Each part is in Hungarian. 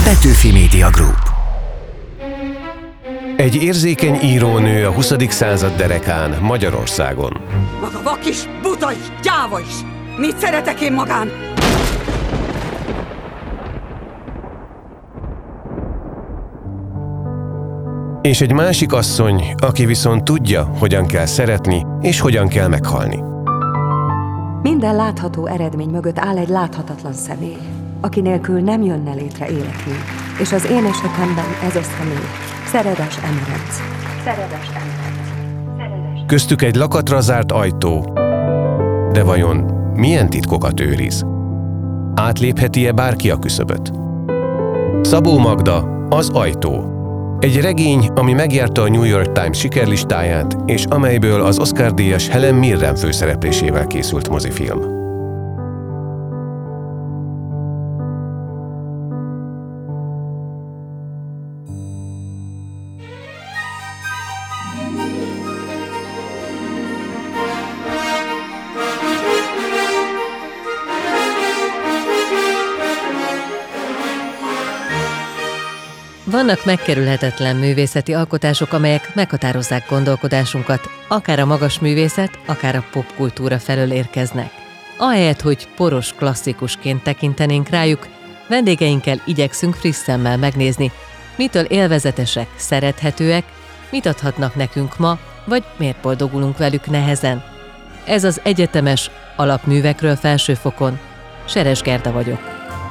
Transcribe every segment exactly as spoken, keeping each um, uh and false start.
Petőfi Media Group. Egy érzékeny írónő a huszadik század derekán Magyarországon. Maga vak is, buta is, gyáva is! Mit szeretek én magán? És egy másik asszony, aki viszont tudja, hogyan kell szeretni és hogyan kell meghalni. Minden látható eredmény mögött áll egy láthatatlan személy, aki nélkül nem jönne létre életmű. És az én esetemben ez a személy, Szeredes Emerenc. Szeredes Emerenc. Köztük egy lakatra zárt ajtó. De vajon milyen titkokat őriz? Átlépheti-e bárki a küszöböt? Szabó Magda, Az ajtó. Egy regény, ami megjárta a New York Times sikerlistáját, és amelyből az Oscar-díjas Helen Mirren főszereplésével készült mozifilm. Vannak megkerülhetetlen művészeti alkotások, amelyek meghatározzák gondolkodásunkat, akár a magas művészet, akár a popkultúra felől érkeznek. Ahelyett, hogy poros klasszikusként tekintenénk rájuk, vendégeinkkel igyekszünk friss szemmel megnézni, mitől élvezetesek, szerethetőek, mit adhatnak nekünk ma, vagy miért boldogulunk velük nehezen. Ez az egyetemes alapművekről felsőfokon. Seres Gerda vagyok.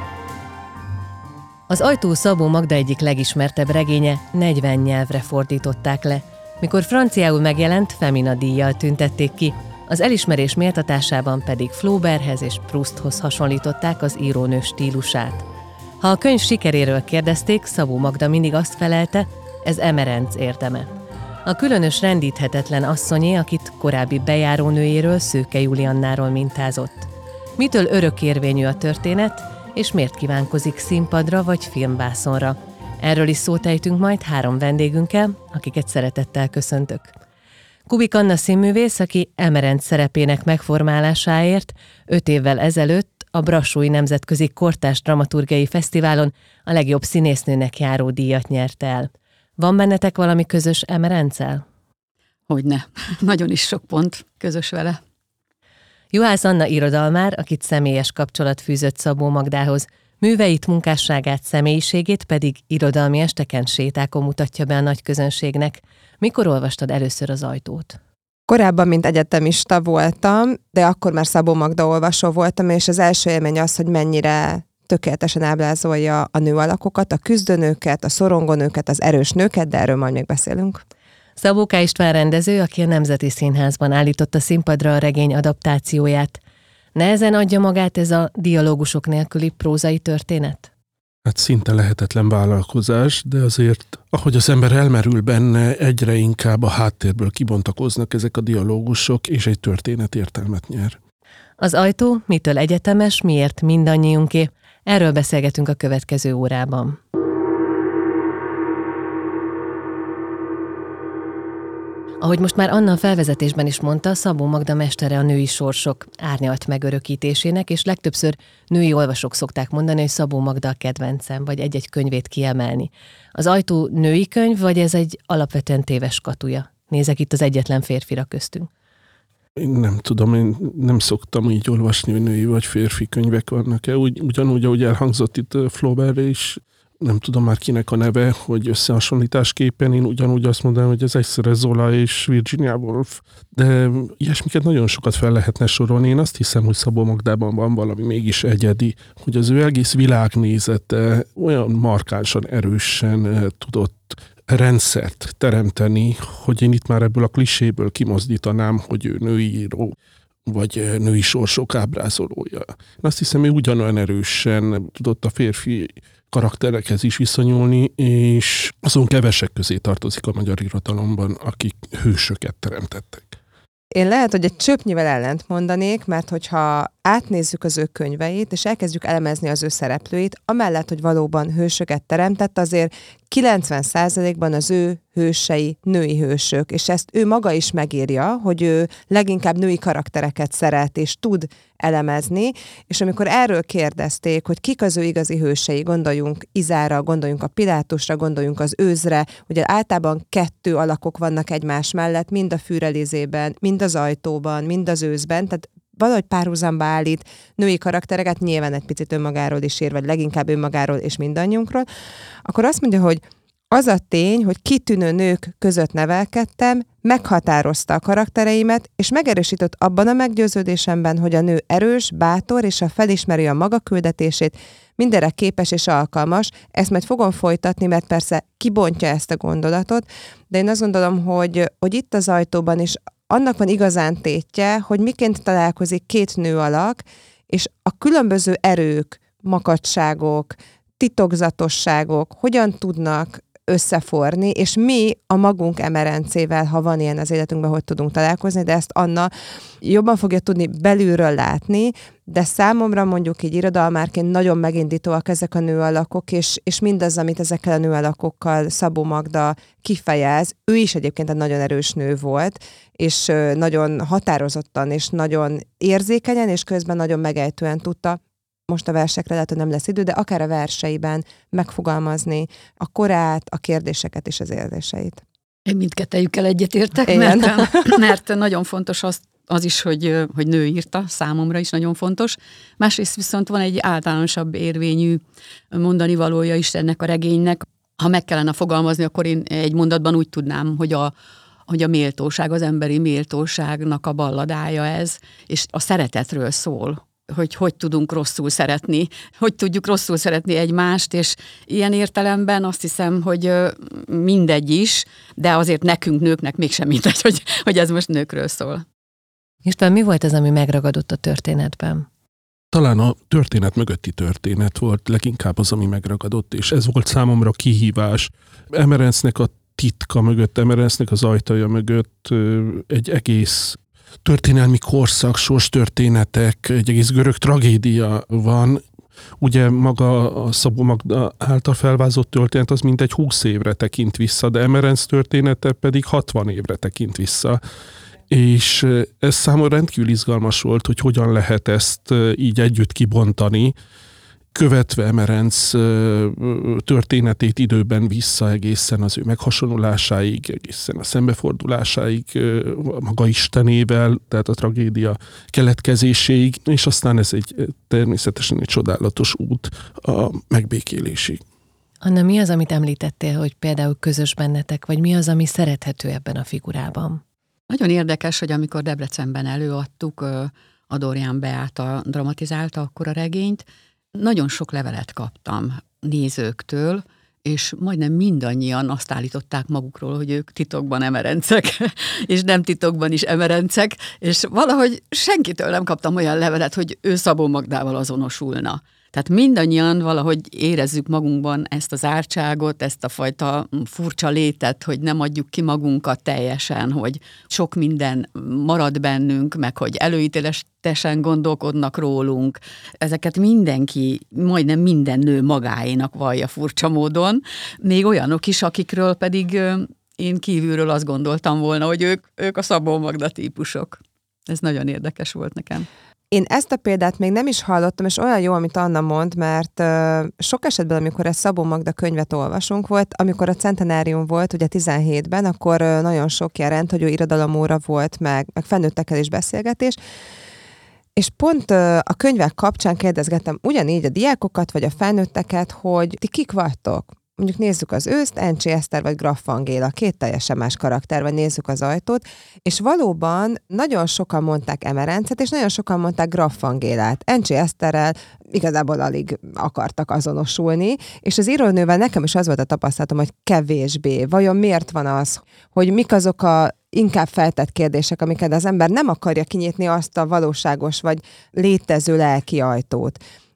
Az ajtó Szabó Magda egyik legismertebb regénye negyven nyelvre fordították le. Mikor franciául megjelent, Femina díjjal tüntették ki, az elismerés méltatásában pedig Flauberthez és Prousthoz hasonlították az írónő stílusát. Ha a könyv sikeréről kérdezték, Szabó Magda mindig azt felelte, ez Emerenc érdeme. A különös rendíthetetlen asszonyé, akit korábbi bejárónőjéről, Szőke Juliannáról mintázott. Mitől örökérvényű a történet, és miért kívánkozik színpadra vagy filmvászonra? Erről is szót ejtünk majd három vendégünkkel, akiket szeretettel köszöntök. Kubik Anna színművész, aki Emerenc szerepének megformálásáért öt évvel ezelőtt a Brassói Nemzetközi Kortárs Dramaturgiai Fesztiválon a legjobb színésznőnek járó díjat nyerte el. Van bennetek valami közös Emerenccel? Hogyne. Nagyon is sok pont közös vele. Juhász Anna irodalmár, akit személyes kapcsolat fűzött Szabó Magdához, műveit, munkásságát, személyiségét pedig irodalmi esteken, sétákon mutatja be a nagy közönségnek. Mikor olvastad először Az ajtót? Korábban, mint egyetemista voltam, de akkor már Szabó Magda olvasó voltam, és az első élmény az, hogy mennyire tökéletesen ábrázolja a nőalakokat, a küzdőnőket, a szorongonőket, az erős nőket, de erről majd még beszélünk. Szabó K. István rendező, aki a Nemzeti Színházban állította színpadra a regény adaptációját. Nehezen adja magát ez a dialógusok nélküli prózai történet? Hát szinte lehetetlen vállalkozás, de azért, ahogy az ember elmerül benne, egyre inkább a háttérből kibontakoznak ezek a dialógusok, és egy történet értelmet nyer. Az ajtó mitől egyetemes, miért mindannyiunké? Erről beszélgetünk a következő órában. Ahogy most már Anna a felvezetésben is mondta, Szabó Magda mestere a női sorsok árnyalt megörökítésének, és legtöbbször női olvasók szokták mondani, hogy Szabó Magda a kedvencem, vagy egy-egy könyvét kiemelni. Az ajtó női könyv, vagy ez egy alapvetően téves skatuja? Nézek itt az egyetlen férfira köztünk. Én nem tudom, én nem szoktam így olvasni, hogy női vagy férfi könyvek vannak-e. Úgy, ugyanúgy, ahogy elhangzott itt Flaubert is, nem tudom már kinek a neve, hogy összehasonlításképpen én ugyanúgy azt mondanám, hogy ez egyszerre Zola és Virginia Woolf, de ilyesmiket nagyon sokat fel lehetne sorolni. Én azt hiszem, hogy Szabó Magdában van valami mégis egyedi, hogy az ő egész világnézete olyan markánsan, erősen tudott rendszert teremteni, hogy én itt már ebből a kliséből kimozdítanám, hogy ő női író, vagy női sorsok ábrázolója. Én azt hiszem, ő ugyanolyan erősen tudott a férfi karakterekhez is viszonyulni, és azon kevesek közé tartozik a magyar irodalomban, akik hősöket teremtettek. Én lehet, hogy egy csöpnyivel ellent mondanék, mert hogyha átnézzük az ő könyveit, és elkezdjük elemezni az ő szereplőit, amellett, hogy valóban hősöket teremtett, azért kilencven százalékban az ő hősei női hősök, és ezt ő maga is megírja, hogy ő leginkább női karaktereket szeret, és tud elemezni, és amikor erről kérdezték, hogy kik az ő igazi hősei, gondoljunk Izára, gondoljunk a Pilátusra, gondoljunk az Őzre, ugye általában kettő alakok vannak egymás mellett, mind a Fürelizében, mind az Ajtóban, mind az Őzben, tehát valahogy párhuzamba állít női karaktereket, nyilván egy picit önmagáról is ír, vagy leginkább önmagáról és mindannyiunkról, akkor azt mondja, hogy az a tény, hogy kitűnő nők között nevelkedtem, meghatározta a karaktereimet, és megerősített abban a meggyőződésemben, hogy a nő erős, bátor, és ha felismeri a maga küldetését, mindenre képes és alkalmas. Ezt majd fogom folytatni, mert persze kibontja ezt a gondolatot, de én azt gondolom, hogy, hogy itt az Ajtóban is annak van igazán tétje, hogy miként találkozik két nő alak, és a különböző erők, makacságok, titokzatosságok hogyan tudnak összeforni, és mi a magunk emerencével, ha van ilyen az életünkben, hogy tudunk találkozni, de ezt Anna jobban fogja tudni belülről látni, de számomra mondjuk így irodalmárként nagyon megindítóak ezek a nőalakok, és, és mindaz, amit ezekkel a nőalakokkal Szabó Magda kifejez, ő is egyébként egy nagyon erős nő volt, és nagyon határozottan, és nagyon érzékenyen, és közben nagyon megejtően tudta, most a versekre lehet, hogy nem lesz idő, de akár a verseiben megfogalmazni a korát, a kérdéseket és az érzéseit. Én mindkettejükkel egyetértek, mert, mert nagyon fontos az, az is, hogy, hogy nő írta, számomra is nagyon fontos. Másrészt viszont van egy általánosabb érvényű mondani valója is ennek a regénynek. Ha meg kellene fogalmazni, akkor én egy mondatban úgy tudnám, hogy a, hogy a méltóság, az emberi méltóságnak a balladája ez, és a szeretetről szól. Hogy hogy tudunk rosszul szeretni, hogy tudjuk rosszul szeretni egymást, és ilyen értelemben azt hiszem, hogy mindegy is, de azért nekünk, nőknek mégsem mindegy, hogy, hogy ez most nőkről szól. István, mi volt az, ami megragadott a történetben? Talán a történet mögötti történet volt leginkább az, ami megragadott, és ez volt számomra kihívás. Emerencnek a titka mögött, Emerencnek az ajtaja mögött egy egész történelmi korszak, sorstörténetek, egy egész görög tragédia van. Ugye maga a Szabó Magda által felvázott történet az mintegy húsz évre tekint vissza, de Emerenc története pedig hatvan évre tekint vissza. És ez számomra rendkívül izgalmas volt, hogy hogyan lehet ezt így együtt kibontani, követve Emerenc történetét időben vissza egészen az ő meghasonlulásáig, egészen a szembefordulásáig maga Istenével, tehát a tragédia keletkezéséig, és aztán ez egy természetesen egy csodálatos út a megbékélésig. Anna, mi az, amit említettél, hogy például közös bennetek, vagy mi az, ami szerethető ebben a figurában? Nagyon érdekes, hogy amikor Debrecenben előadtuk, a Dorian Beáta dramatizálta akkor a regényt, nagyon sok levelet kaptam nézőktől, és majdnem mindannyian azt állították magukról, hogy ők titokban emerencek, és nem titokban is emerencek, és valahogy senkitől nem kaptam olyan levelet, hogy ő Szabó Magdával azonosulna. Tehát mindannyian valahogy érezzük magunkban ezt az ártságot, ezt a fajta furcsa létet, hogy nem adjuk ki magunkat teljesen, hogy sok minden marad bennünk, meg hogy előítéletesen gondolkodnak rólunk. Ezeket mindenki, majdnem minden nő magáénak vallja furcsa módon, még olyanok is, akikről pedig én kívülről azt gondoltam volna, hogy ők, ők a Szabó Magda típusok. Ez nagyon érdekes volt nekem. Én ezt a példát még nem is hallottam, és olyan jó, amit Anna mond, mert uh, sok esetben, amikor ezt Szabó Magda könyvet olvasunk volt, amikor a centenárium volt, ugye tizenhétben, akkor uh, nagyon sok jelent, hogy ő irodalomóra volt, meg, meg felnőttekkel is beszélgetés, és pont uh, a könyvek kapcsán kérdezgettem ugyanígy a diákokat, vagy a felnőtteket, hogy ti kik vagytok? Mondjuk nézzük az Őszt, Encsi Eszter vagy Graff Angéla, két teljesen más karakter, vagy nézzük az Ajtót, és valóban nagyon sokan mondták Emerencet, és nagyon sokan mondták Graff Angélát. Encsi Eszterrel igazából alig akartak azonosulni, és az írónővel nekem is az volt a tapasztalatom, hogy kevésbé. Vajon miért van az, hogy mik azok a inkább feltett kérdések, amiket az ember nem akarja kinyitni azt a valóságos vagy létező lelki ajtót.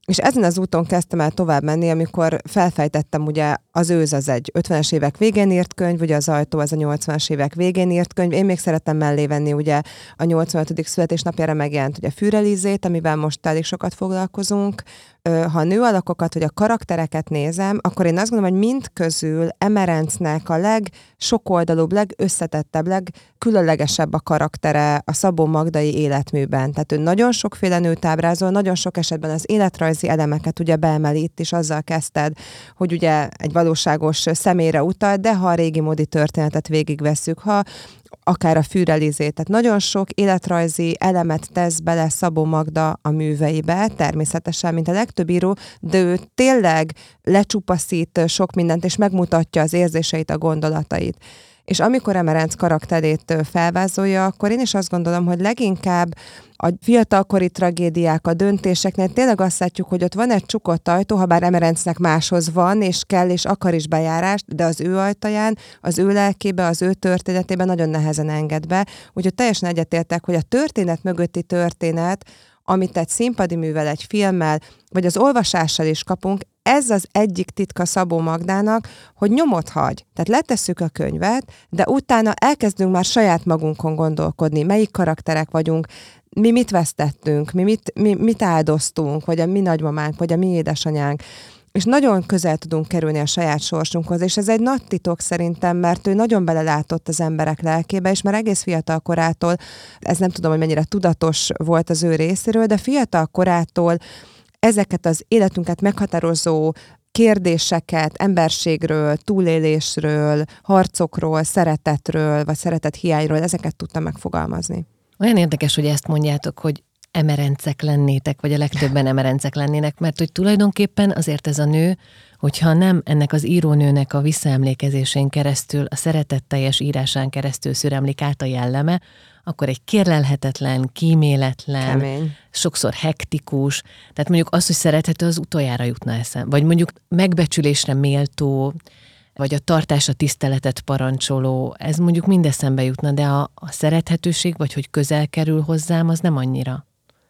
És ezen az úton kezdtem el tovább menni, amikor felfejtettem, ugye az Őz az egy ötvenes évek végén írt könyv, ugye az Ajtó az a nyolcvanas évek végén írt könyv. Én még szerettem mellé venni ugye a nyolcvanötödik születésnapjára megjelent ugye Fürelizét, amivel most elég sokat foglalkozunk. Ha a nőalakokat vagy a karaktereket nézem, akkor én azt gondolom, hogy mindközül Emerencnek a legsokoldalúbb, legösszetettebb, legkülönlegesebb a karaktere a Szabó Magdai életműben. Tehát ő nagyon sokféle nőt ábrázol, nagyon sok esetben az életrajzi elemeket ugye beemeli, itt is azzal kezdted, hogy ugye egy valóságos személyre utal, de ha a régi módi történetet végigvesszük, ha akár a Fürelizét. Tehát nagyon sok életrajzi elemet tesz bele Szabó Magda a műveibe, természetesen, mint a legtöbb író, de ő tényleg lecsupaszít sok mindent, és megmutatja az érzéseit, a gondolatait. És amikor Emerenc karakterét felvázolja, akkor én is azt gondolom, hogy leginkább a fiatalkori tragédiák, a döntéseknél tényleg azt látjuk, hogy ott van egy csukott ajtó, ha bár Emerencnek máshoz van, és kell, és akar is bejárást, de az ő ajtaján, az ő lelkébe, az ő történetében nagyon nehezen enged be. Úgyhogy teljesen egyetértek, hogy a történet mögötti történet, amit egy színpadi művel, egy filmmel, vagy az olvasással is kapunk, ez az egyik titka Szabó Magdának, hogy nyomot hagy. Tehát letesszük a könyvet, de utána elkezdünk már saját magunkon gondolkodni, melyik karakterek vagyunk, mi mit vesztettünk, mi mit, mi, mit áldoztunk, vagy a mi nagymamánk, vagy a mi édesanyánk. És nagyon közel tudunk kerülni a saját sorsunkhoz, és ez egy nagy titok szerintem, mert ő nagyon belelátott az emberek lelkébe, és már egész fiatal korától, ez nem tudom, hogy mennyire tudatos volt az ő részéről, de fiatal korától ezeket az életünket meghatározó kérdéseket, emberségről, túlélésről, harcokról, szeretetről, vagy szeretet hiányról, ezeket tudta megfogalmazni. Olyan érdekes, hogy ezt mondjátok, hogy emerencek lennétek, vagy a legtöbben emerencek lennének, mert hogy tulajdonképpen azért ez a nő, hogyha nem ennek az írónőnek a visszaemlékezésén keresztül, a szeretetteljes írásán keresztül szüremlik át a jelleme, akkor egy kérlelhetetlen, kíméletlen, Kemény. sokszor hektikus, tehát mondjuk az, hogy szerethető, az utoljára jutna eszem. Vagy mondjuk megbecsülésre méltó, vagy a tartás, a tiszteletet parancsoló, ez mondjuk mind eszembe jutna, de a, a szerethetőség, vagy hogy közel kerül hozzám, az nem annyira.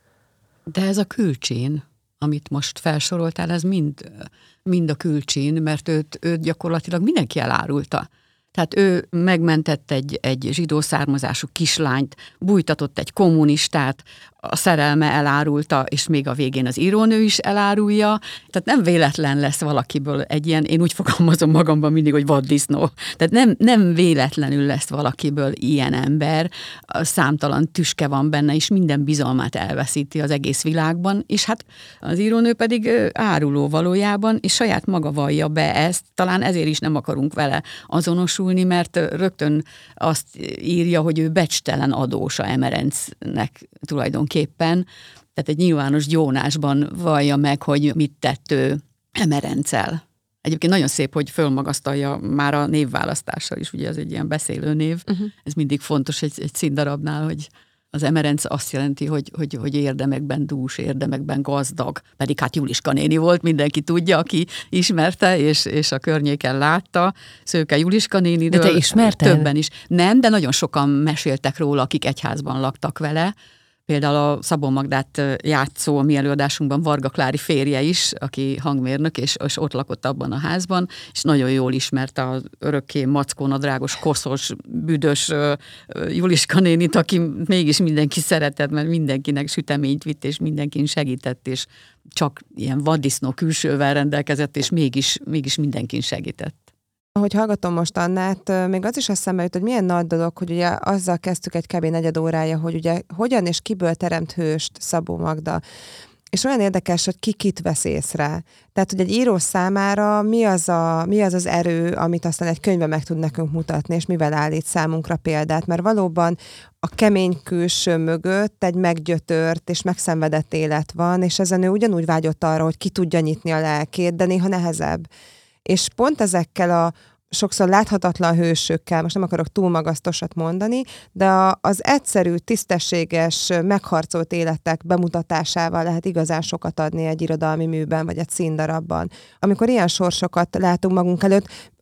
De ez a külcsín, amit most felsoroltál, ez mind, mind a külcsín, mert őt, őt gyakorlatilag mindenki elárulta. Tehát ő megmentett egy, egy zsidó származású kislányt, bújtatott egy kommunistát, a szerelme elárulta, és még a végén az írónő is elárulja. Tehát nem véletlen lesz valakiből egy ilyen, én úgy fogalmazom magamban mindig, hogy vaddisznó. Tehát nem, nem véletlenül lesz valakiből ilyen ember, számtalan tüske van benne, és minden bizalmát elveszíti az egész világban, és hát az írónő pedig áruló valójában, és saját maga vallja be ezt, talán ezért is nem akarunk vele azonosulni, mert rögtön azt írja, hogy ő becstelen adósa Emerencnek tulajdonképpen, tehát egy nyilvános gyónásban vallja meg, hogy mit tett ő Emerenccel. Egyébként nagyon szép, hogy fölmagasztalja már a névválasztással is, ugye ez egy ilyen beszélő név, uh-huh. Ez mindig fontos egy, egy színdarabnál, hogy az Emerenc azt jelenti, hogy, hogy, hogy érdemekben dús, érdemekben gazdag, pedig hát Juliska néni volt, mindenki tudja, aki ismerte, és, és a környéken látta, Szőke Juliska néniről. De te ismerted? Többen is. Nem, de nagyon sokan meséltek róla, akik egyházban laktak vele. Például a Szabó Magdát játszó a mi előadásunkban Varga Klári férje is, aki hangmérnök, és, és ott lakott abban a házban, és nagyon jól ismerte az örökké mackónadrágos, koszos, büdös Juliska nénit, aki mégis mindenki szeretett, mert mindenkinek süteményt vitt, és mindenkin segített, és csak ilyen vaddisznó külsővel rendelkezett, és mégis, mégis mindenkin segített. Ahogy hallgatom most Annát, még az is eszembe jut, hogy milyen nagy dolog, hogy ugye azzal kezdtük egy kb. Negyed órája, hogy ugye hogyan és kiből teremt hőst Szabó Magda. És olyan érdekes, hogy ki kit vesz észre. Tehát, hogy egy író számára mi az, a, mi az az erő, amit aztán egy könyvben meg tud nekünk mutatni, és mivel állít számunkra példát. Mert valóban a kemény külső mögött egy meggyötört és megszenvedett élet van, és ezen ő ugyanúgy vágyott arra, hogy ki tudja nyitni a lelkét, de néha nehezebb. És pont ezekkel a sokszor láthatatlan hősökkel, most nem akarok túl magasztosat mondani, de a, az egyszerű, tisztességes, megharcolt életek bemutatásával lehet igazán sokat adni egy irodalmi műben, vagy egy színdarabban. Amikor ilyen sorsokat látunk magunk előtt,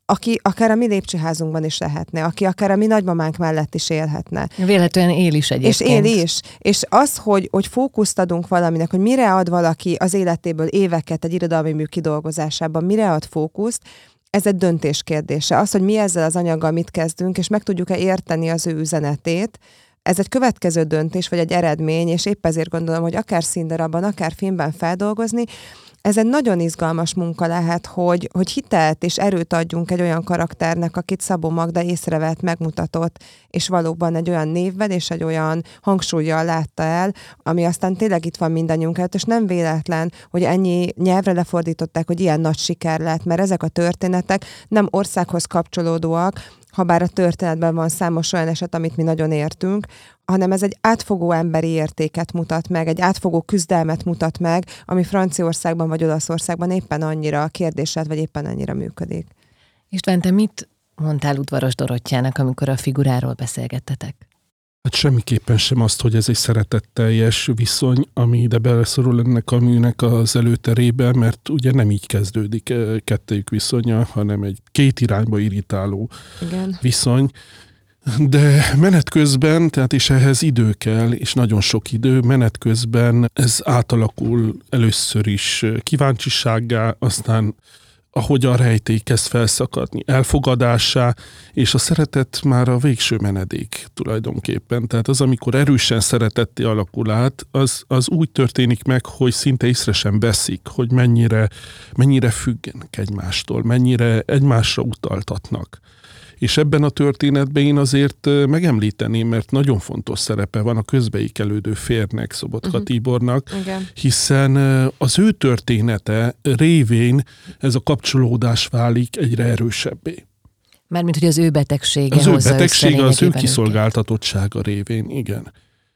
aki akár a mi lépcsőházunkban is lehetne, aki akár a mi nagymamánk mellett is élhetne. Véletlenül él is egyébként. És él is. És az, hogy, hogy fókuszt adunk valaminek, hogy mire ad valaki az életéből éveket egy irodalmi mű kidolgozásában, mire ad fókuszt, ez egy döntés kérdése. Az, hogy mi ezzel az anyaggal mit kezdünk, és meg tudjuk-e érteni az ő üzenetét, ez egy következő döntés, vagy egy eredmény, és épp ezért gondolom, hogy akár színdarabban, akár filmben feldolgozni, ez egy nagyon izgalmas munka lehet, hogy, hogy hitelt és erőt adjunk egy olyan karakternek, akit Szabó Magda észrevett, megmutatott, és valóban egy olyan névvel és egy olyan hangsúllyal látta el, ami aztán tényleg itt van mindannyiunk előtt, és nem véletlen, hogy ennyi nyelvre lefordították, hogy ilyen nagy siker lett, mert ezek a történetek nem országhoz kapcsolódóak, habár a történetben van számos olyan eset, amit mi nagyon értünk, hanem ez egy átfogó emberi értéket mutat meg, egy átfogó küzdelmet mutat meg, ami Franciaországban vagy Olaszországban éppen annyira kérdéselt, vagy éppen annyira működik. István, te mit mondtál Udvaros Dorottyának, amikor a figuráról beszélgettetek? Hát semmiképpen sem azt, hogy ez egy szeretetteljes viszony, ami ide beleszorul ennek a műnek az előterébe, mert ugye nem így kezdődik kettejük viszonya, hanem egy két irányba irritáló Igen. viszony. De menet közben, tehát és ehhez idő kell, és nagyon sok idő, menet közben ez átalakul először is kíváncsisággá, aztán ahogy a rejtély kezd felszakadni, elfogadásá, és a szeretet már a végső menedék tulajdonképpen. Tehát az, amikor erősen szeretetté alakul át, az, az úgy történik meg, hogy szinte észre sem veszik, hogy mennyire, mennyire függenek egymástól, mennyire egymásra utaltatnak. És ebben a történetben én azért megemlíteném, mert nagyon fontos szerepe van a közbeékelődő férnek, Szobotka uh-huh. Tibornak, Igen. hiszen az ő története révén ez a kapcsolódás válik egyre erősebbé. Mármint, hogy az ő betegsége Az ő hozza betegsége, az ő őket. kiszolgáltatottsága révén, igen.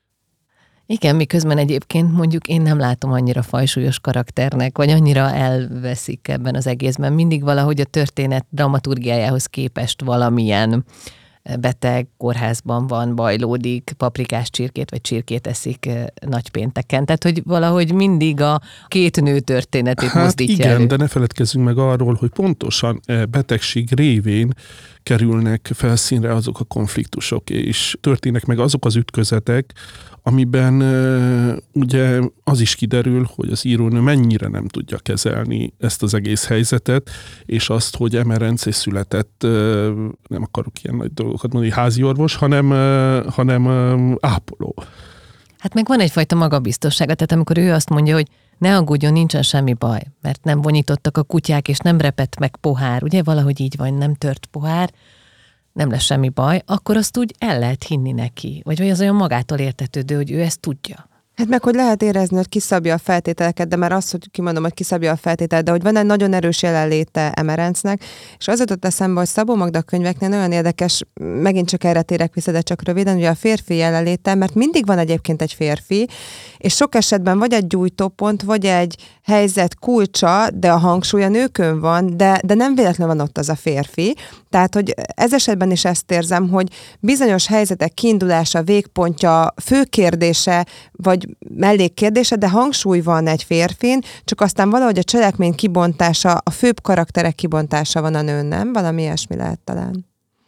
Igen, miközben egyébként mondjuk én nem látom annyira fajsúlyos karakternek, vagy annyira elveszik ebben az egészben. Mindig valahogy a történet dramaturgiájához képest valamilyen beteg, kórházban van, bajlódik, paprikás csirkét vagy csirkét eszik nagypénteken. Tehát, hogy valahogy mindig a két nő történetét hát mozdítja igen, elő. De ne feledkezzünk meg arról, hogy pontosan betegség révén kerülnek felszínre azok a konfliktusok, és történnek meg azok az ütközetek, amiben uh, ugye az is kiderül, hogy az írónő mennyire nem tudja kezelni ezt az egész helyzetet, és azt, hogy Emerence született, uh, nem akarok ilyen nagy dolgokat mondani, háziorvos, hanem, uh, hanem uh, ápoló. Hát meg van egyfajta magabiztossága, tehát amikor ő azt mondja, hogy ne aggódjon, nincsen semmi baj, mert nem vonítottak a kutyák, és nem repett meg pohár, ugye valahogy így van, nem tört pohár, nem lesz semmi baj, akkor azt úgy el lehet hinni neki. Vagy az olyan magától értetődő, hogy ő ezt tudja. Hát meg, hogy lehet érezni, hogy kiszabja a feltételeket, de már az, hogy kimondom, hogy kiszabja a feltételt, de hogy van egy nagyon erős jelenléte Emerencnek, és az jutott eszembe, hogy Szabó Magda könyveknél nagyon érdekes, megint csak erre térek vissza, de csak röviden, hogy a férfi jelenléte, mert mindig van egyébként egy férfi, és sok esetben vagy egy gyújtópont, vagy egy helyzet kulcsa, de a hangsúly a nőkön van, de, de nem véletlenül van ott az a férfi. Tehát, hogy ez esetben is ezt érzem, hogy bizonyos helyzetek kiindulása, végpontja, fő kérdése, vagy mellékkérdése, de hangsúly van egy férfin, csak aztán valahogy a cselekmény kibontása, a főbb karakterek kibontása van a nőn, nem? Valami ilyesmi lehet talán.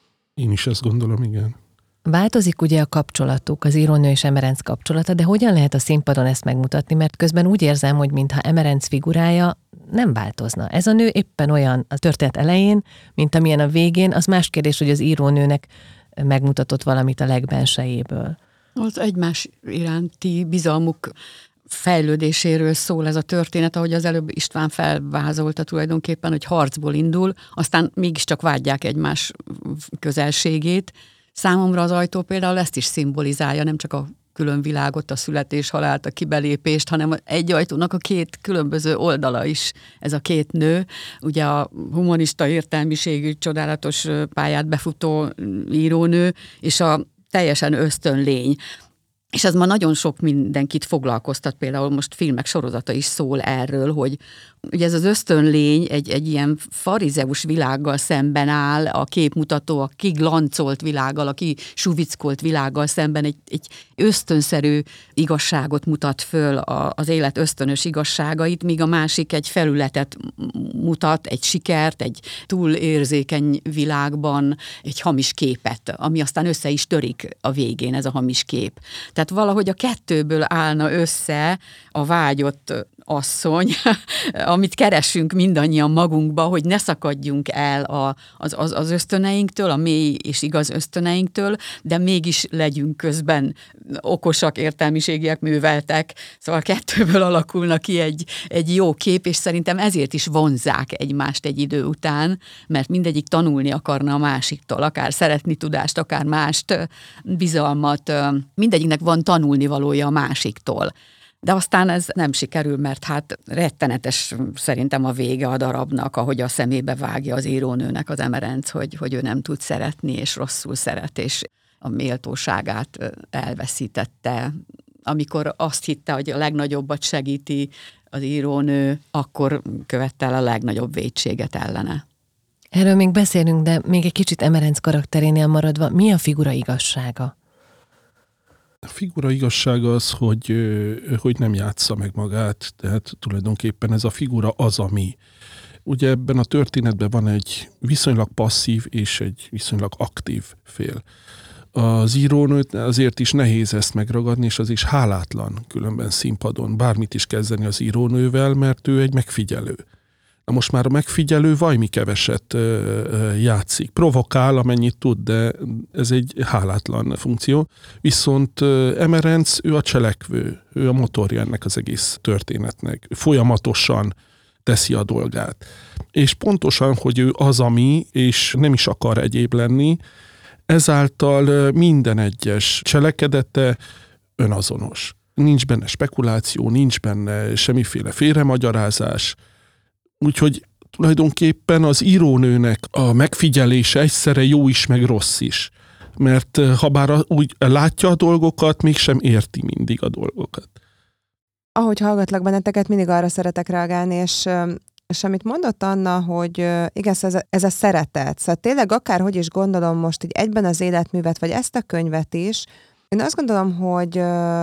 Én is ezt gondolom, igen. Változik ugye a kapcsolatuk, az írónő és Emerence kapcsolata, de hogyan lehet a színpadon ezt megmutatni, mert közben úgy érzem, hogy mintha Emerence figurája nem változna. Ez a nő éppen olyan a történet elején, mint amilyen a végén, az más kérdés, hogy az írónőnek megmutatott valamit a legbensejéből. Az egymás iránti bizalmuk fejlődéséről szól ez a történet, ahogy az előbb István felvázolta tulajdonképpen, hogy harcból indul, aztán mégiscsak vágyják egymás közelségét. Számomra az ajtó például ezt is szimbolizálja, nem csak a külön világot, a születés, halált, a kibelépést, hanem egy ajtónak a két különböző oldala is ez a két nő. Ugye a humanista értelmiségű, csodálatos pályát befutó írónő, és a teljesen ösztönlény. És ez ma nagyon sok mindenkit foglalkoztat, például most filmek sorozata is szól erről, hogy ugye ez az ösztönlény egy, egy ilyen farizeus világgal szemben áll, a képmutató, a kiglancolt világgal, a kisuvickolt világgal szemben egy, egy ösztönszerű igazságot mutat föl, a, az élet ösztönös igazságait, míg a másik egy felületet mutat, egy sikert, egy túlérzékeny világban, egy hamis képet, ami aztán össze is törik a végén, ez a hamis kép. Tehát valahogy a kettőből állna össze a vágyott asszony, amit keresünk mindannyian magunkba, hogy ne szakadjunk el a, az, az, az ösztöneinktől, a mély és igaz ösztöneinktől, de mégis legyünk közben okosak, értelmiségiek, műveltek. Szóval kettőből alakulna ki egy, egy jó kép, és szerintem ezért is vonzzák egymást egy idő után, mert mindegyik tanulni akarna a másiktól, akár szeretni tudást, akár mást, bizalmat. Mindegyiknek van tanulnivalója a másiktól. De aztán ez nem sikerül, mert hát rettenetes szerintem a vége a darabnak, ahogy a szemébe vágja az írónőnek az Emerenc, hogy, hogy ő nem tud szeretni, és rosszul szeret, és a méltóságát elveszítette. Amikor azt hitte, hogy a legnagyobbat segíti az írónő, akkor követte el a legnagyobb vétséget ellene. Erről még beszélünk, de még egy kicsit Emerenc karakterénél maradva, mi a figura igazsága? A figura igazsága az, hogy, hogy nem játsza meg magát, tehát tulajdonképpen ez a figura az, ami. Ugye ebben a történetben van egy viszonylag passzív és egy viszonylag aktív fél. Az írónőt azért is nehéz ezt megragadni, és az is hálátlan különben színpadon bármit is kezdeni az írónővel, mert ő egy megfigyelő. Na most már a megfigyelő vajmi keveset játszik. Provokál, amennyit tud, de ez egy hálátlan funkció. Viszont Emerenc, ő a cselekvő, ő a motorja ennek az egész történetnek. Folyamatosan teszi a dolgát. És pontosan, hogy ő az, ami, és nem is akar egyéb lenni, ezáltal minden egyes cselekedete önazonos. Nincs benne spekuláció, nincs benne semmiféle félremagyarázás. Úgyhogy tulajdonképpen az írónőnek a megfigyelése egyszerre jó is, meg rossz is. Mert ha bár úgy látja a dolgokat, mégsem érti mindig a dolgokat. Ahogy hallgatlak benneteket, mindig arra szeretek reagálni, és, és amit mondott Anna, hogy igaz, ez a, ez a szeretet. Szóval tényleg akárhogy is gondolom most így egyben az életművet, vagy ezt a könyvet is, én azt gondolom, hogy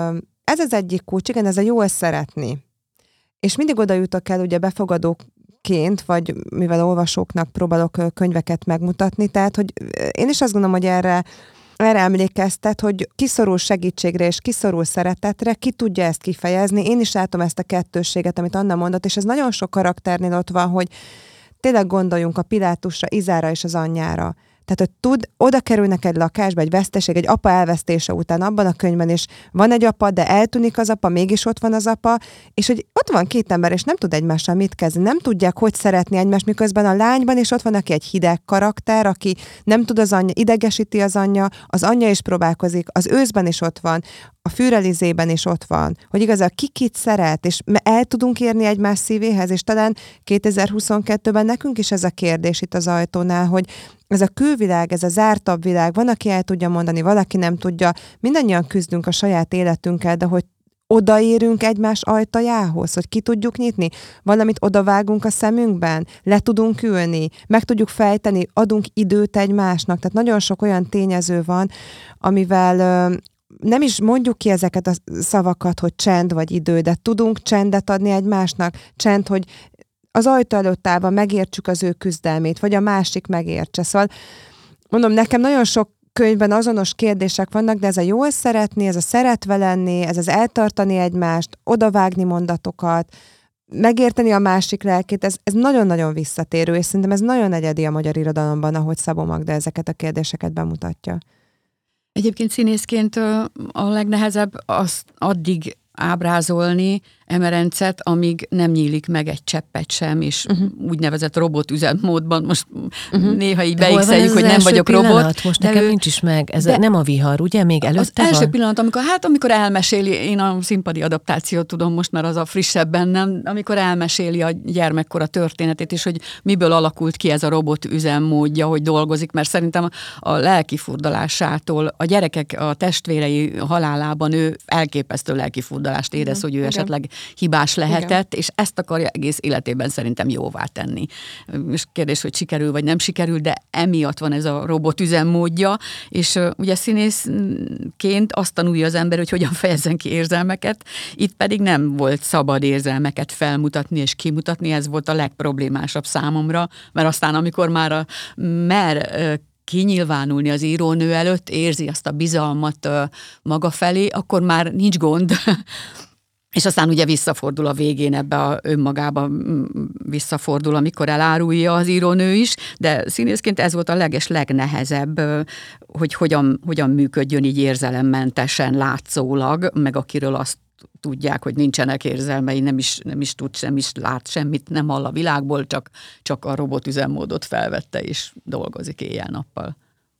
ez az egyik kulcs, igen, ez a jól szeretni. És mindig oda jutok el, ugye befogadóként, vagy mivel olvasóknak próbálok könyveket megmutatni, tehát, hogy én is azt gondolom, hogy erre, erre emlékeztet, hogy kiszorul segítségre és kiszorul szeretetre, ki tudja ezt kifejezni. Én is látom ezt a kettősséget, amit Anna mondott, és ez nagyon sok karakternél ott van, hogy tényleg gondoljunk a Pilátusra, Izára és az anyjára. Tehát, hogy tud, oda kerülnek egy lakásba, egy veszteség, egy apa elvesztése után abban a könyvben is van egy apa, de eltűnik az apa, mégis ott van az apa, és hogy ott van két ember, és nem tud egymással mit kezdeni, nem tudják, hogy szeretni egymást, miközben a lányban is ott van, aki egy hideg karakter, aki nem tud az anyja, idegesíti az anyja, az anyja is próbálkozik, az őszben is ott van, a Fürelizében is ott van, hogy igazán ki kit szeret, és el tudunk érni egymás szívéhez, és talán kétezer-huszonkettőben nekünk is ez a kérdés itt az ajtónál, hogy ez a külvilág, ez a zártabb világ, van, aki el tudja mondani, valaki nem tudja, mindannyian küzdünk a saját életünkkel, de hogy odaérünk egymás ajtajához, hogy ki tudjuk nyitni, valamit odavágunk a szemünkben, le tudunk ülni, meg tudjuk fejteni, adunk időt egymásnak, tehát nagyon sok olyan tényező van, amivel nem is mondjuk ki ezeket a szavakat, hogy csend vagy idő, de tudunk csendet adni egymásnak, csend, hogy az ajtó előtt állva megértsük az ő küzdelmét, vagy a másik megértse. Szóval mondom, nekem nagyon sok könyvben azonos kérdések vannak, de ez a jól szeretni, ez a szeretve lenni, ez az eltartani egymást, odavágni mondatokat, megérteni a másik lelkét, ez, ez nagyon-nagyon visszatérő, és szerintem ez nagyon egyedi a magyar irodalomban, ahogy Szabó Magda ezeket a kérdéseket bemutatja. Egyébként színészként a legnehezebb azt addig ábrázolni emerencet, amíg nem nyílik meg egy cseppet sem, és uh-huh. úgynevezett robot üzemmódban, most uh-huh. néha így beigszeljük, hogy nem vagyok pillanat? robot. Most nekem ő, nincs is meg, ez a, nem a vihar, ugye? Még előtte az első van? pillanat, amikor, hát amikor elmeséli, én a színpadi adaptációt tudom most, mert az a frissebb bennem, amikor elmeséli a gyermekkora történetét, és hogy miből alakult ki ez a robot üzemmódja, hogy dolgozik, mert szerintem a lelki furdalásától, a gyerekek, a testvérei halálában ő elképesztő lelki furdalást érez, hogy ő igen. esetleg hibás lehetett, igen. és ezt akarja egész életében szerintem jóvá tenni. És kérdés, hogy sikerül vagy nem sikerül, de emiatt van ez a robot üzemmódja, és uh, ugye színészként azt tanulja az ember, hogy hogyan fejezzen ki érzelmeket, itt pedig nem volt szabad érzelmeket felmutatni és kimutatni, ez volt a legproblémásabb számomra, mert aztán amikor már a, mer uh, kinyilvánulni az írónő előtt, érzi azt a bizalmat uh, maga felé, akkor már nincs gond, és aztán ugye visszafordul a végén ebbe a önmagába visszafordul, amikor elárulja az írónő is, de színészként ez volt a leges legnehezebb, hogy hogyan, hogyan működjön így érzelemmentesen látszólag, meg akiről azt tudják, hogy nincsenek érzelmei, nem is, nem is tud, nem is lát semmit, nem hall a világból, csak, csak a robot üzemmódot felvette, és dolgozik éjjel-nappal.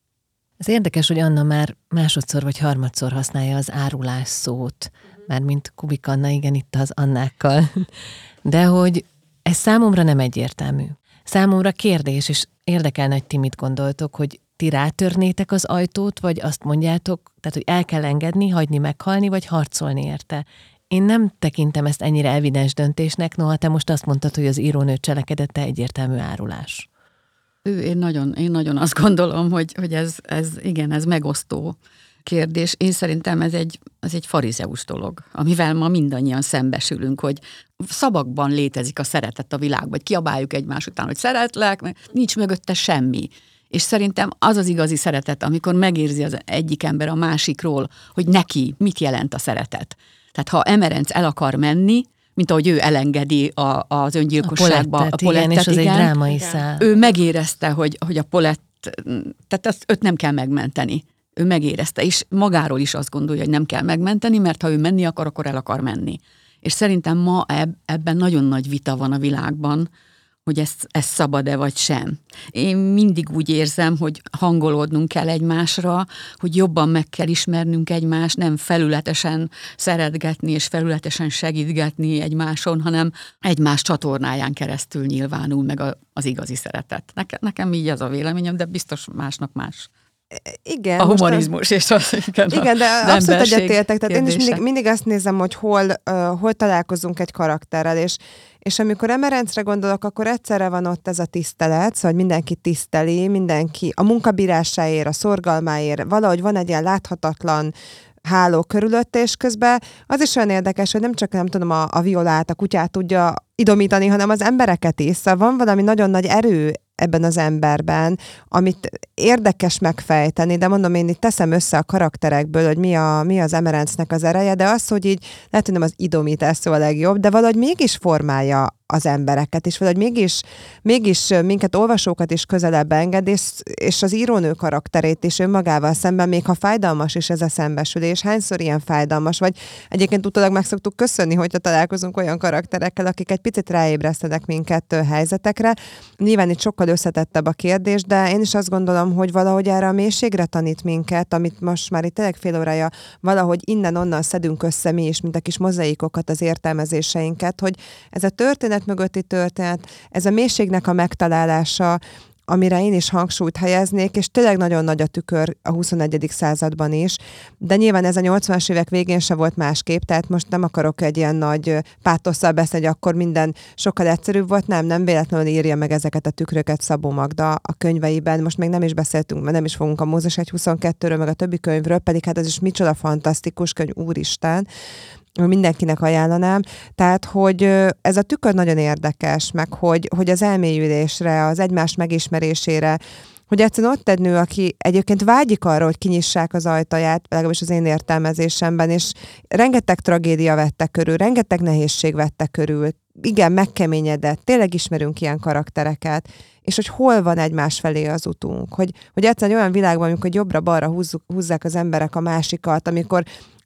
Ez érdekes, hogy Anna már másodszor vagy harmadszor használja az árulás szót, mármint Kubik Anna, igen, itt az Annákkal. De hogy ez számomra nem egyértelmű. Számomra kérdés, és érdekelne, hogy ti mit gondoltok, hogy ti rátörnétek az ajtót, vagy azt mondjátok, tehát, hogy el kell engedni, hagyni meghalni, vagy harcolni érte. Én nem tekintem ezt ennyire evidens döntésnek, noha te most azt mondtad, hogy az írónő cselekedete egyértelmű árulás. Ő, én nagyon, én nagyon azt gondolom, hogy, hogy ez, ez, igen, ez megosztó kérdés. Én szerintem ez egy, ez egy farizeus dolog, amivel ma mindannyian szembesülünk, hogy szavakban létezik a szeretet a világban, vagy kiabáljuk egymás után, hogy szeretlek, nincs mögötte semmi. És szerintem az az igazi szeretet, amikor megérzi az egyik ember a másikról, hogy neki mit jelent a szeretet. Tehát ha Emerenc el akar menni, mint ahogy ő elengedi a, az öngyilkosságba a polettet, igen, és az igen, egy drámai szál. Ő megérezte, hogy, hogy a polett, tehát azt, őt nem kell megmenteni. Ő megérezte, és magáról is azt gondolja, hogy nem kell megmenteni, mert ha ő menni akar, akkor el akar menni. És szerintem ma eb, ebben nagyon nagy vita van a világban, hogy ez, ez szabad-e vagy sem. Én mindig úgy érzem, hogy hangolódnunk kell egymásra, hogy jobban meg kell ismernünk egymást, nem felületesen szeretgetni és felületesen segítgetni egymáson, hanem egymás csatornáján keresztül nyilvánul meg a, az igazi szeretet. Nekem, nekem így az a véleményem, de biztos másnak más. Igen, a humanizmus, a... és az, igen, igen, de az abszolút egyetértek. Tehát kérdése. Én is mindig, mindig azt nézem, hogy hol, uh, hol találkozunk egy karakterrel, és, és amikor Emerencre gondolok, akkor egyszerre van ott ez a tisztelet, szóval mindenki tiszteli, mindenki a munkabírásáért, a szorgalmáért, valahogy van egy ilyen láthatatlan háló körülötte, és közben az is olyan érdekes, hogy nem csak nem tudom a, a Violát, a kutyát tudja idomítani, hanem az embereket is. Szóval van valami nagyon nagy erő ebben az emberben, amit érdekes megfejteni, de mondom, én itt teszem össze a karakterekből, hogy mi, a, mi az Emerencnek az ereje, de az, hogy így, lehet, hogy nem az idomítás szó a legjobb, de valahogy mégis formálja az embereket, és valahogy mégis, mégis minket, olvasókat is közelebb enged, és, és az írónő karakterét is önmagával szemben, még ha fájdalmas is ez a szembesülés, hányszor ilyen fájdalmas, vagy egyébként utólag meg szoktuk köszönni, hogyha találkozunk olyan karakterekkel, akik egy picit ráébresztenek minket helyzetekre. Nyilván itt sokkal összetettebb a kérdés, de én is azt gondolom, hogy valahogy erre a mélységre tanít minket, amit most már itt tényleg fél órája valahogy innen-onnan szedünk össze mi is, mint a kis mozaikokat, az értelmezéseinket, hogy ez a történet mögötti történet, ez a mélységnek a megtalálása, amire én is hangsúlyt helyeznék, és tényleg nagyon nagy a tükör a huszonegyedik században is, de nyilván ez a nyolcvanas évek végén se volt másképp, tehát most nem akarok egy ilyen nagy pátosszal beszélni, hogy akkor minden sokkal egyszerűbb volt, nem, nem véletlenül írja meg ezeket a tükröket Szabó Magda a könyveiben, most még nem is beszéltünk, mert nem is fogunk a Mózes egy huszonkettőről, meg a többi könyvről, pedig hát ez is micsoda fantasztikus könyv, úristen, mindenkinek ajánlanám. Tehát, hogy ez a tükör nagyon érdekes, meg hogy, hogy az elmélyülésre, az egymás megismerésére, hogy egyszerűen ott egy nő, aki egyébként vágyik arra, hogy kinyissák az ajtaját, legalábbis az én értelmezésemben, és rengeteg tragédia vette körül, rengeteg nehézség vette körül, igen, megkeményedett, tényleg ismerünk ilyen karaktereket, és hogy hol van egymás felé az utunk, hogy, hogy egyszerűen olyan világban, amikor jobbra-balra húzzuk, húzzák az emberek a másikat, amikor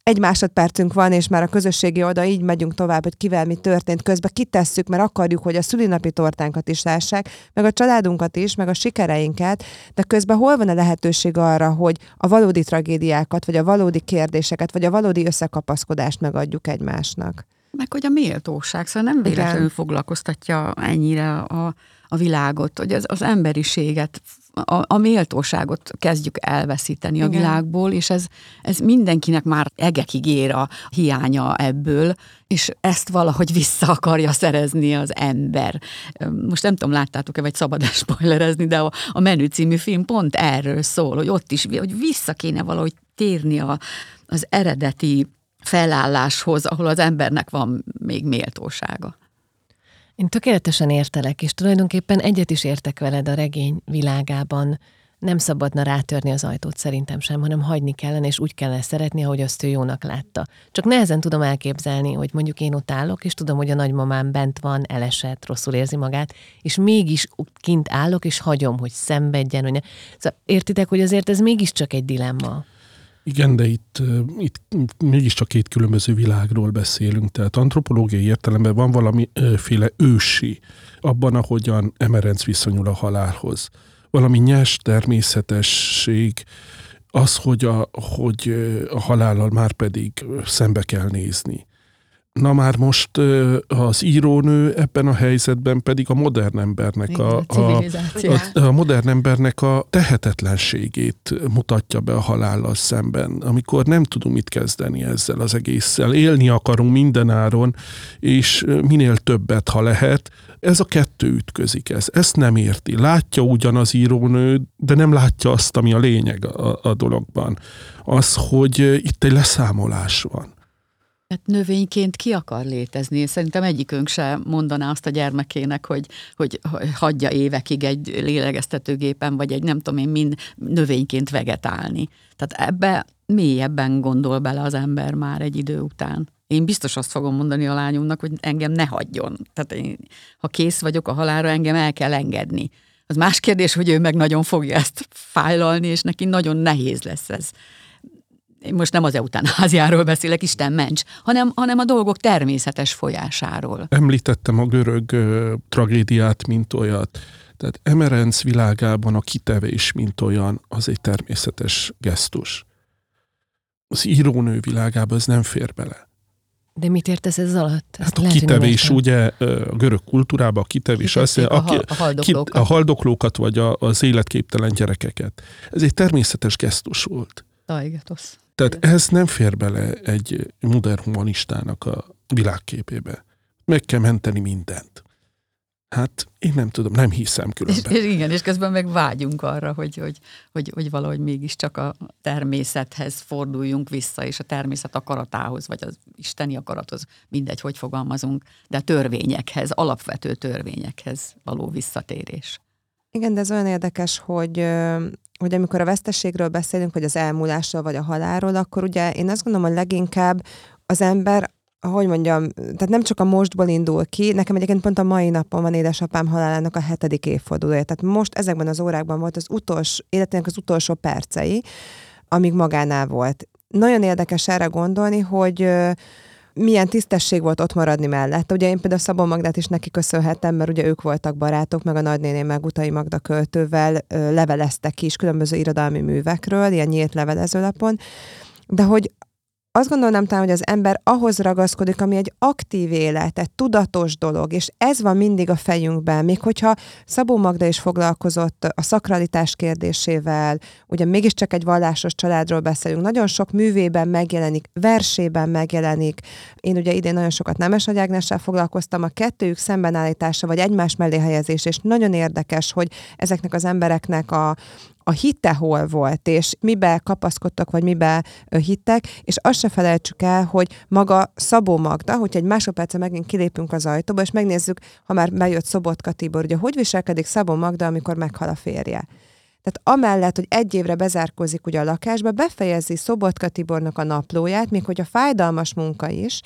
egy másodpercünk van, és már a közösségi oldal így megyünk tovább, hogy kivel mi történt, közben kitesszük, mert akarjuk, hogy a szülinapi tortánkat is lássák, meg a családunkat is, meg a sikereinket, de közben hol van a lehetőség arra, hogy a valódi tragédiákat, vagy a valódi kérdéseket, vagy a valódi összekapaszkodást megadjuk egymásnak. Meg hogy a méltóság, szóval nem véletlenül Igen. foglalkoztatja ennyire a, a világot, hogy az, az emberiséget, a, a méltóságot kezdjük elveszíteni Igen. a világból, és ez, ez mindenkinek már egekig ér a hiánya ebből, és ezt valahogy vissza akarja szerezni az ember. Most nem tudom, láttátok-e, vagy szabad-e spoilerezni, de a, a Menü című film pont erről szól, hogy ott is, hogy vissza kéne valahogy térni a, az eredeti felálláshoz, ahol az embernek van még méltósága. Én tökéletesen értelek, és tulajdonképpen egyet is értek veled a regény világában. Nem szabadna rátörni az ajtót szerintem sem, hanem hagyni kellene, és úgy kellene szeretni, ahogy azt ő jónak látta. Csak nehezen tudom elképzelni, hogy mondjuk én ott állok, és tudom, hogy a nagymamám bent van, elesett, rosszul érzi magát, és mégis kint állok, és hagyom, hogy szenvedjen. Hogy ne. Szóval értitek, hogy azért ez mégiscsak egy dilemma. Igen, de itt, itt mégiscsak két különböző világról beszélünk, tehát antropológiai értelemben van valamiféle ősi abban, ahogyan Emerenc viszonyul a halálhoz. Valami nyers természetesség, az, hogy a, hogy a halállal már pedig szembe kell nézni. Na már most az írónő ebben a helyzetben pedig a modern embernek a, a, a, a modern embernek a tehetetlenségét mutatja be a halállal szemben, amikor nem tudunk mit kezdeni ezzel az egésszel. Élni akarunk mindenáron, és minél többet, ha lehet. Ez a kettő ütközik, ez. Ezt nem érti. Látja ugyan az írónő, de nem látja azt, ami a lényeg a, a dologban. Az, hogy itt egy leszámolás van. Hát növényként ki akar létezni? Szerintem egyikünk se mondaná azt a gyermekének, hogy, hogy hagyja évekig egy lélegeztetőgépen, vagy egy nem tudom én mind növényként vegetálni. Tehát ebbe mélyebben gondol bele az ember már egy idő után. Én biztos azt fogom mondani a lányomnak, hogy engem ne hagyjon. Tehát én, ha kész vagyok a halálra, engem el kell engedni. Az más kérdés, hogy ő meg nagyon fogja ezt fájlalni, és neki nagyon nehéz lesz ez. Én most nem az eutanáziáról beszélek, Isten ments, hanem, hanem a dolgok természetes folyásáról. Említettem a görög ö, tragédiát, mint olyat. Tehát Emerenc világában a kitevés, mint olyan, az egy természetes gesztus. Az írónő világában ez nem fér bele. De mit értesz ez alatt? Hát a lehet, kitevés, ugye a görög kultúrában a kitevés, azt a, a, a, haldoklókat. a haldoklókat, vagy a, az életképtelen gyerekeket. Ez egy természetes gesztus volt. Tajgatosz. Tehát ez nem fér bele egy modern humanistának a világképébe. Meg kell menteni mindent. Hát én nem tudom, nem hiszem különben. És, és igen, és közben meg vágyunk arra, hogy, hogy, hogy, hogy valahogy mégiscsak a természethez forduljunk vissza, és a természet akaratához, vagy az isteni akarathoz, mindegy, hogy fogalmazunk, de a törvényekhez, alapvető törvényekhez való visszatérés. Igen, de ez olyan érdekes, hogy, hogy amikor a veszteségről beszélünk, vagy az elmúlásról, vagy a halálról, akkor ugye én azt gondolom, hogy leginkább az ember, ahogy mondjam, tehát nem csak a mostból indul ki, nekem egyébként pont a mai napon van édesapám halálának a hetedik évfordulója, tehát most ezekben az órákban volt az utolsó, életének az utolsó percei, amíg magánál volt. Nagyon érdekes erre gondolni, hogy milyen tisztesség volt ott maradni mellett. Ugye én például Szabó Magdát is neki köszönhetem, mert ugye ők voltak barátok, meg a nagynéném, meg Utai Magda költővel leveleztek is különböző irodalmi művekről, ilyen nyílt levelezőlapon, de hogy azt gondolnám talán, hogy az ember ahhoz ragaszkodik, ami egy aktív élet, egy tudatos dolog, és ez van mindig a fejünkben, még hogyha Szabó Magda is foglalkozott a szakralitás kérdésével, ugye mégiscsak egy vallásos családról beszélünk, nagyon sok művében megjelenik, versében megjelenik. Én ugye idén nagyon sokat Nemes Nagy Ágnessel foglalkoztam, a kettőjük szembenállítása, vagy egymás mellé helyezés, és nagyon érdekes, hogy ezeknek az embereknek a a hite hol volt, és mibe kapaszkodtak, vagy mibe hittek, és azt se felejtsük el, hogy maga Szabó Magda, hogyha egy másodperce megint kilépünk az ajtóba, és megnézzük, ha már bejött Szobotka Tibor, ugye hogy viselkedik Szabó Magda, amikor meghal a férje. Tehát amellett, hogy egy évre bezárkózik ugye a lakásba, befejezi Szobotka Tibornak a naplóját, még hogy a fájdalmas munka is,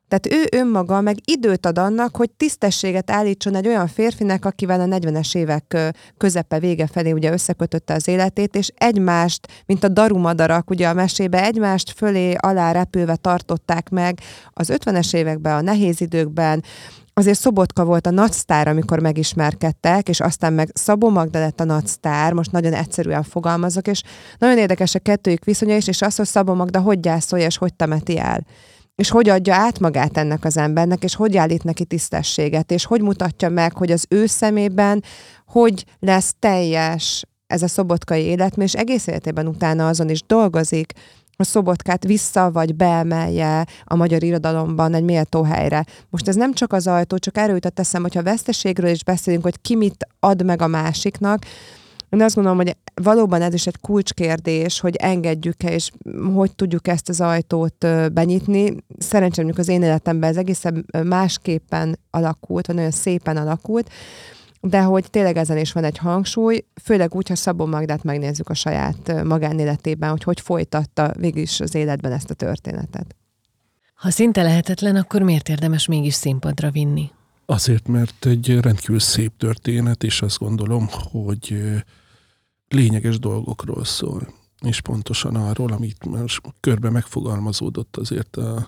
Tehát ő önmaga meg időt ad annak, hogy tisztességet állítson egy olyan férfinek, akivel a negyvenes évek közepe vége felé ugye összekötötte az életét, és egymást, mint a darumadarak ugye a mesébe, egymást fölé alá repülve tartották meg az ötvenes években, a nehéz időkben. Azért Szobotka volt a nagysztár, amikor megismerkedtek, és aztán meg Szabó Magda lett a nagysztár, most nagyon egyszerűen fogalmazok, és nagyon érdekes a kettőjük viszonya is, és az, hogy Szabó Magda hogy gyászolja, és hogy temeti el. És hogy adja át magát ennek az embernek, és hogy állít neki tisztességet, és hogy mutatja meg, hogy az ő szemében hogy lesz teljes ez a szobotkai életmű, és egész életében utána azon is dolgozik, a Szobotkát vissza vagy beemelje a magyar irodalomban egy méltó helyre. Most ez nem csak az ajtó, csak erről jutott eszem, hogyha veszteségről is beszélünk, hogy ki mit ad meg a másiknak. Én azt gondolom, hogy valóban ez is egy kulcskérdés, hogy engedjük-e, és hogy tudjuk ezt az ajtót benyitni. Szerencsém, az én életemben ez egészen másképpen alakult, vagy nagyon szépen alakult, de hogy tényleg ezen is van egy hangsúly, főleg úgy, ha Szabó Magdát megnézzük a saját magánéletében, hogy hogy folytatta végülis az életben ezt a történetet. Ha szinte lehetetlen, akkor miért érdemes mégis színpadra vinni? Azért, mert egy rendkívül szép történet, és azt gondolom, hogy lényeges dolgokról szól. És pontosan arról, amit most körbe megfogalmazódott azért a,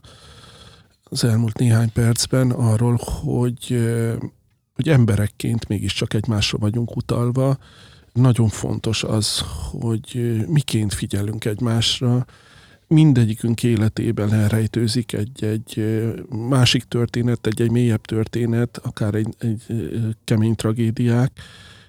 az elmúlt néhány percben, arról, hogy hogy emberekként mégiscsak egymásra vagyunk utalva. Nagyon fontos az, hogy miként figyelünk egymásra. Mindegyikünk életében elrejtőzik egy-egy másik történet, egy-egy mélyebb történet, akár egy, egy kemény tragédiák,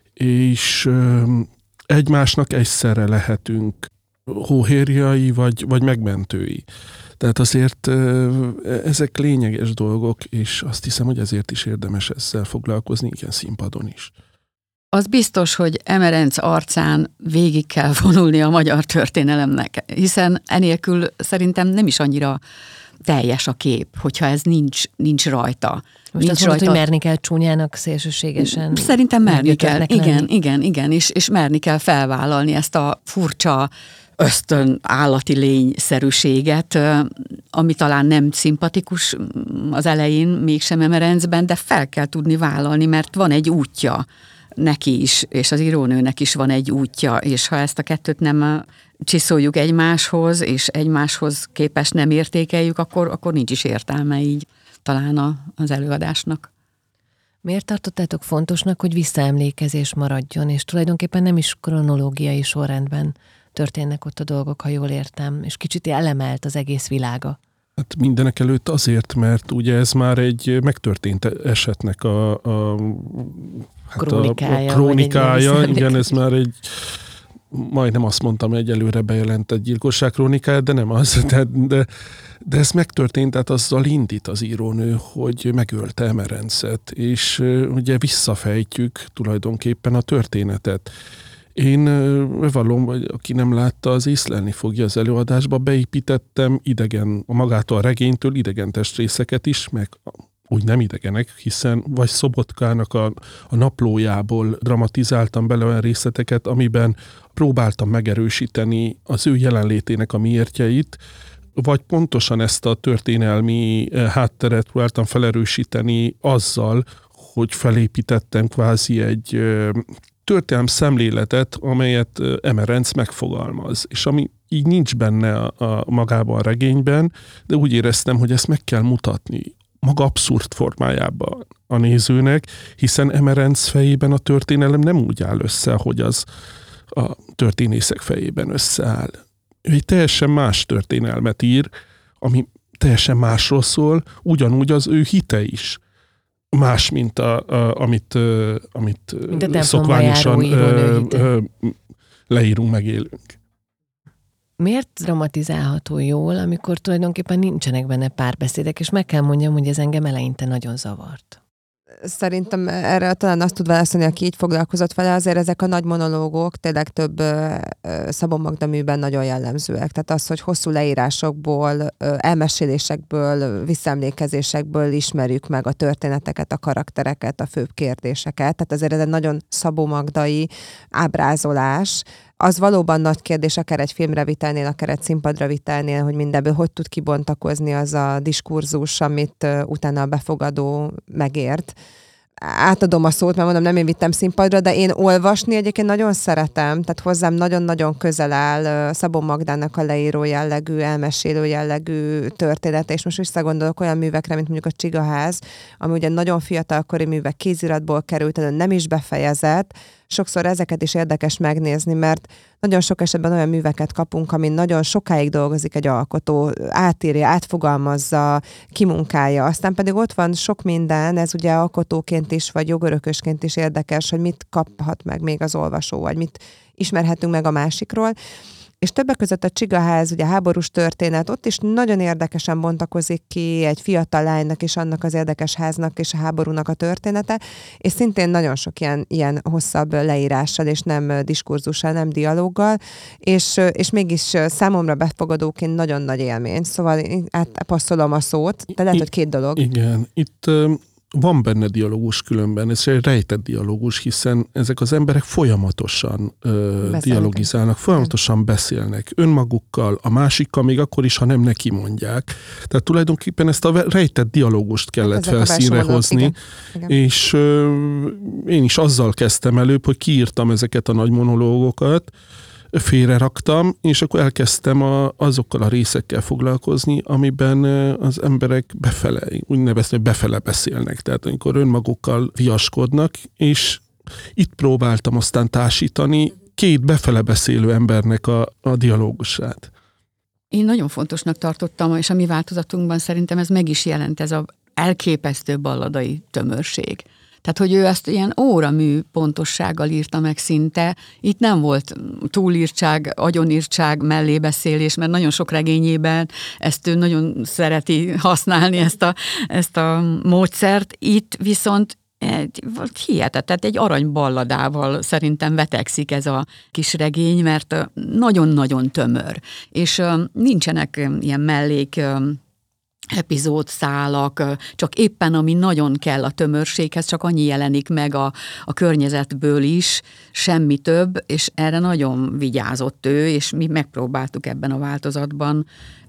és egymásnak egyszerre lehetünk hóhérjai vagy, vagy megmentői. Tehát azért ezek lényeges dolgok, és azt hiszem, hogy ezért is érdemes ezzel foglalkozni, igen, színpadon is. Az biztos, hogy Emerenc arcán végig kell vonulni a magyar történelemnek, hiszen enélkül szerintem nem is annyira teljes a kép, hogyha ez nincs, nincs rajta. Most nincs azt mondod, rajta... hogy merni kell csúnyának szélsőségesen. Szerintem merni kell, lenni. igen, igen, igen, és, és merni kell felvállalni ezt a furcsa ösztön állati lényszerűséget, ami talán nem szimpatikus az elején, mégsem Emerencben, de fel kell tudni vállalni, mert van egy útja neki is, és az írónőnek is van egy útja, és ha ezt a kettőt nem csiszoljuk egymáshoz, és egymáshoz képest nem értékeljük, akkor, akkor nincs is értelme így talán a, az előadásnak. Miért tartottátok fontosnak, hogy visszaemlékezés maradjon, és tulajdonképpen nem is kronológiai sorrendben történnek ott a dolgok, ha jól értem, és kicsit elemelt az egész világa? Hát mindenek előtt azért, mert ugye ez már egy megtörtént esetnek a, a, hát krónikája. A, a krónikája, igen, ez már egy, majdnem azt mondtam, egy előre bejelentett gyilkosság krónikája, de nem az, de, de, de ez megtörtént, tehát azzal indít az írónő, hogy megölte Emerencet, és ugye visszafejtjük tulajdonképpen a történetet. Én vallom, vagy aki nem látta, az észlelni fogja az előadásba, beépítettem idegen, a magától a regénytől idegen testrészeket is, meg úgy nem idegenek, hiszen vagy Szobotkának a, a naplójából dramatizáltam bele olyan részleteket, amiben próbáltam megerősíteni az ő jelenlétének a miértjeit, vagy pontosan ezt a történelmi hátteret próbáltam felerősíteni azzal, hogy felépítettem kvázi egy történelem szemléletet, amelyet Emerenc megfogalmaz, és ami így nincs benne a, a magában a regényben, de úgy éreztem, hogy ezt meg kell mutatni maga abszurd formájában a nézőnek, hiszen Emerenc fejében a történelem nem úgy áll össze, hogy az a történészek fejében összeáll. Ő egy teljesen más történelmet ír, ami teljesen másról szól, ugyanúgy az ő hite is más, mint a, a, amit, amit szokványosan ö, ö, leírunk, megélünk. Miért dramatizálható jól, amikor tulajdonképpen nincsenek benne párbeszédek, és meg kell mondjam, hogy ez engem eleinte nagyon zavart. Szerintem erre talán azt tud válaszolni, aki így foglalkozott vele, azért ezek a nagy monológok tényleg több Szabó Magda műben nagyon jellemzőek. Tehát az, hogy hosszú leírásokból, elmesélésekből, visszaemlékezésekből ismerjük meg a történeteket, a karaktereket, a főbb kérdéseket. Tehát azért ez egy nagyon Szabó Magdai ábrázolás, az valóban nagy kérdés, akár egy filmre vitelnél, akár egy színpadra vitelnél, hogy mindebből hogy tud kibontakozni az a diskurzus, amit utána a befogadó megért. Átadom a szót, mert mondom, nem én vittem színpadra, de én olvasni egyébként nagyon szeretem, tehát hozzám nagyon-nagyon közel áll Szabó Magdának a leíró jellegű, elmesélő jellegű története, és most visszagondolok olyan művekre, mint mondjuk a Csigaház, ami ugye nagyon fiatalkori művek, kéziratból került, nem is befejezett. Sokszor ezeket is érdekes megnézni, mert nagyon sok esetben olyan műveket kapunk, amin nagyon sokáig dolgozik egy alkotó, átírja, átfogalmazza, kimunkálja. Aztán pedig ott van sok minden, ez ugye alkotóként is, vagy jogörökösként is érdekes, hogy mit kaphat meg még az olvasó, vagy mit ismerhetünk meg a másikról. És többek között a Csigaház, ugye háborús történet, ott is nagyon érdekesen bontakozik ki egy fiatal lánynak és annak az érdekes háznak és a háborúnak a története, és szintén nagyon sok ilyen, ilyen hosszabb leírással, és nem diskurzussal, nem dialóggal, és, és mégis számomra befogadóként nagyon nagy élmény. Szóval átpasszolom a szót, de lehet, hogy két dolog. Igen, itt van benne dialógus különben, ez egy rejtett dialógus, hiszen ezek az emberek folyamatosan ö, dialogizálnak, folyamatosan beszélnek önmagukkal, a másikkal, még akkor is, ha nem neki mondják. Tehát tulajdonképpen ezt a rejtett dialógust kellett hát felszínre hozni, igen. Igen. És ö, én is azzal kezdtem előbb, hogy kiírtam ezeket a nagy monológokat, félre raktam, és akkor elkezdtem a, azokkal a részekkel foglalkozni, amiben az emberek befele, úgy nevezni, hogy befele beszélnek, tehát amikor önmagukkal viaskodnak, és itt próbáltam aztán társítani két befele beszélő embernek a, a dialógusát. Én nagyon fontosnak tartottam, és a mi változatunkban szerintem ez meg is jelent, ez az elképesztő balladai tömörség. Tehát, hogy ő ezt ilyen óramű pontossággal írta meg szinte. Itt nem volt túlírtság, agyonírtság, mellébeszélés, mert nagyon sok regényében ezt ő nagyon szereti használni, ezt a, ezt a módszert. Itt viszont hihetetlen, tehát egy aranyballadával szerintem vetekszik ez a kis regény, mert nagyon-nagyon tömör. És nincsenek ilyen mellék epizódszálak, csak éppen ami nagyon kell a tömörséghez, csak annyi jelenik meg a, a környezetből is, semmi több, és erre nagyon vigyázott ő, és mi megpróbáltuk ebben a változatban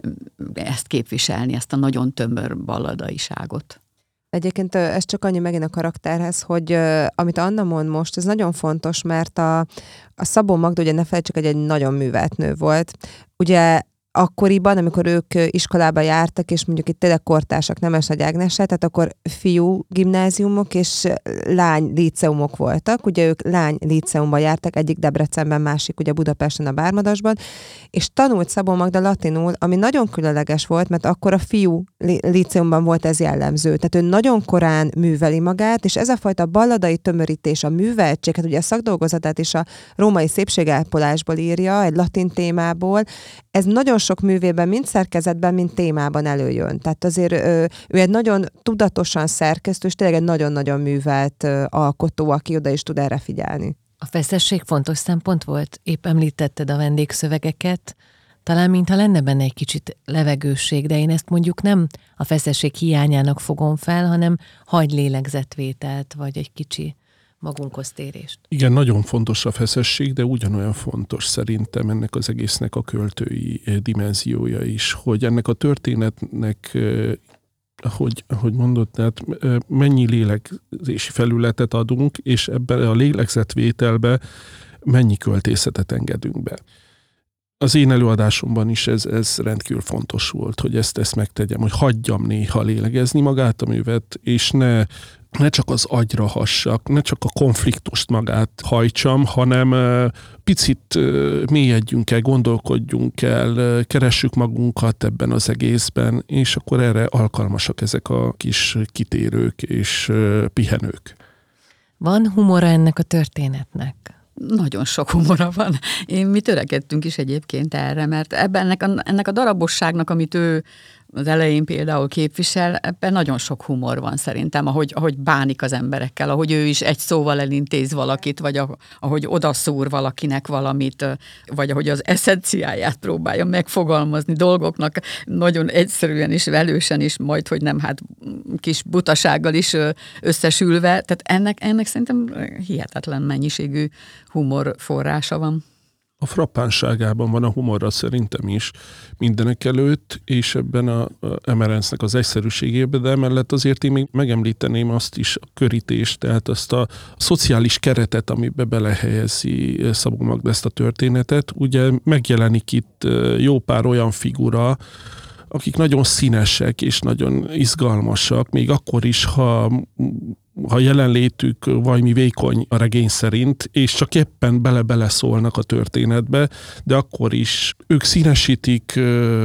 ezt képviselni, ezt a nagyon tömör balladaiságot. Egyébként ez csak annyi megint a karakterhez, hogy uh, amit Anna mond most, ez nagyon fontos, mert a, a Szabó Magda, ugye ne felejtsük, hogy egy nagyon művelt nő volt. Ugye akkoriban, amikor ők iskolába jártak, és mondjuk itt tényleg kortársak, Nemesnagy Ágnessel, tehát akkor fiú gimnáziumok és lány líceumok voltak. Ugye ők lány líceumba jártak, egyik Debrecenben, másik ugye Budapesten a Bármadasban, és tanult Szabó Magda latinul, ami nagyon különleges volt, mert akkor a fiú líceumban volt ez jellemző. Tehát ő nagyon korán műveli magát, és ez a fajta balladai tömörítés, a műveltség, hát ugye a szakdolgozatát is a római szépségápolásból írja, egy latin témából, ez nagyon sok művében, mind szerkezetben, mind témában előjön. Tehát azért ő, ő egy nagyon tudatosan szerkesztő, és tényleg egy nagyon-nagyon művelt alkotó, aki oda is tud erre figyelni. A feszesség fontos szempont volt? Épp említetted a vendégszövegeket, talán mintha lenne benne egy kicsit levegősség, de én ezt mondjuk nem a feszesség hiányának fogom fel, hanem hagy lélegzetvételt, vagy egy kicsi magunkhoz térést. Igen, nagyon fontos a feszesség, de ugyanolyan fontos szerintem ennek az egésznek a költői dimenziója is, hogy ennek a történetnek, hogy, hogy mondod, tehát mennyi lélegzési felületet adunk, és ebben a lélegzetvételbe mennyi költészetet engedünk be. Az én előadásomban is ez, ez rendkívül fontos volt, hogy ezt, ezt megtegyem, hogy hagyjam néha lélegezni magát a művet, és ne ne csak az agyra hassak, ne csak a konfliktust magát hajtsam, hanem picit mélyedjünk el, gondolkodjunk el, keressük magunkat ebben az egészben, és akkor erre alkalmasak ezek a kis kitérők és pihenők. Van humora ennek a történetnek? Nagyon sok humora van. Én mi törekedtünk is egyébként erre, mert ebben ennek a, ennek a darabosságnak, amit ő az elején például képvisel, ebben nagyon sok humor van szerintem, ahogy, ahogy bánik az emberekkel, ahogy ő is egy szóval elintéz valakit, vagy ahogy odaszúr valakinek valamit, vagy ahogy az eszenciáját próbálja megfogalmazni dolgoknak, nagyon egyszerűen is, velősen is, majd, hogy nem, hát kis butasággal is összesülve. Tehát ennek, ennek szerintem hihetetlen mennyiségű humor forrása van. A frappánságában van a humorra szerintem is mindenek előtt, és ebben a, a Emerensznek az egyszerűségében, de emellett azért én még megemlíteném azt is, a körítést, tehát azt a, a szociális keretet, amiben belehelyezi Szabó Magda ezt a történetet. Ugye megjelenik itt jó pár olyan figura, akik nagyon színesek és nagyon izgalmasak, még akkor is, ha ha jelenlétük valami vékony a regény szerint, és csak éppen bele-bele szólnak a történetbe, de akkor is ők színesítik,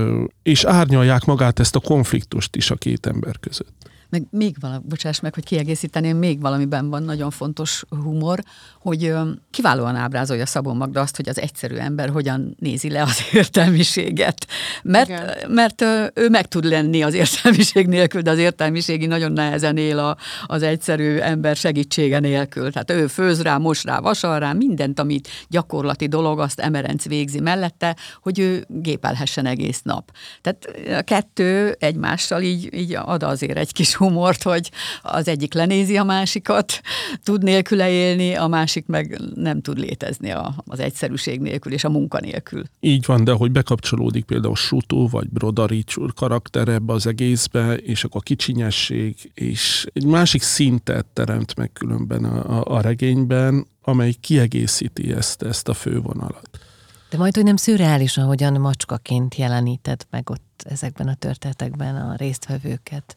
és árnyalják magát ezt a konfliktust is a két ember között. Meg még valami, bocsáss meg, hogy kiegészíteném, még valamiben van nagyon fontos humor, hogy kiválóan ábrázolja Szabó Magda azt, hogy az egyszerű ember hogyan nézi le az értelmiséget. Mert, mert ő meg tud lenni az értelmiség nélkül, de az értelmiségi nagyon nehezen él a, az egyszerű ember segítsége nélkül. Tehát ő főz rá, mos rá, vasal rá, mindent, amit gyakorlati dolog, azt Emerenc végzi mellette, hogy ő gépelhessen egész nap. Tehát a kettő egymással így, így ad azért egy kis humort, hogy az egyik lenézi a másikat, tud nélküle élni, a másik meg nem tud létezni a, az egyszerűség nélkül és a munka nélkül. Így van, de hogy bekapcsolódik például Sutó vagy Brodarics úr karakter ebbe az egészbe, és akkor a kicsinyesség, és egy másik szintet teremt meg különben a, a, a regényben, amely kiegészíti ezt, ezt a fővonalat. De majd, hogy nem szürreális, ahogyan macskaként jeleníted meg ott ezekben a történetekben a résztvevőket.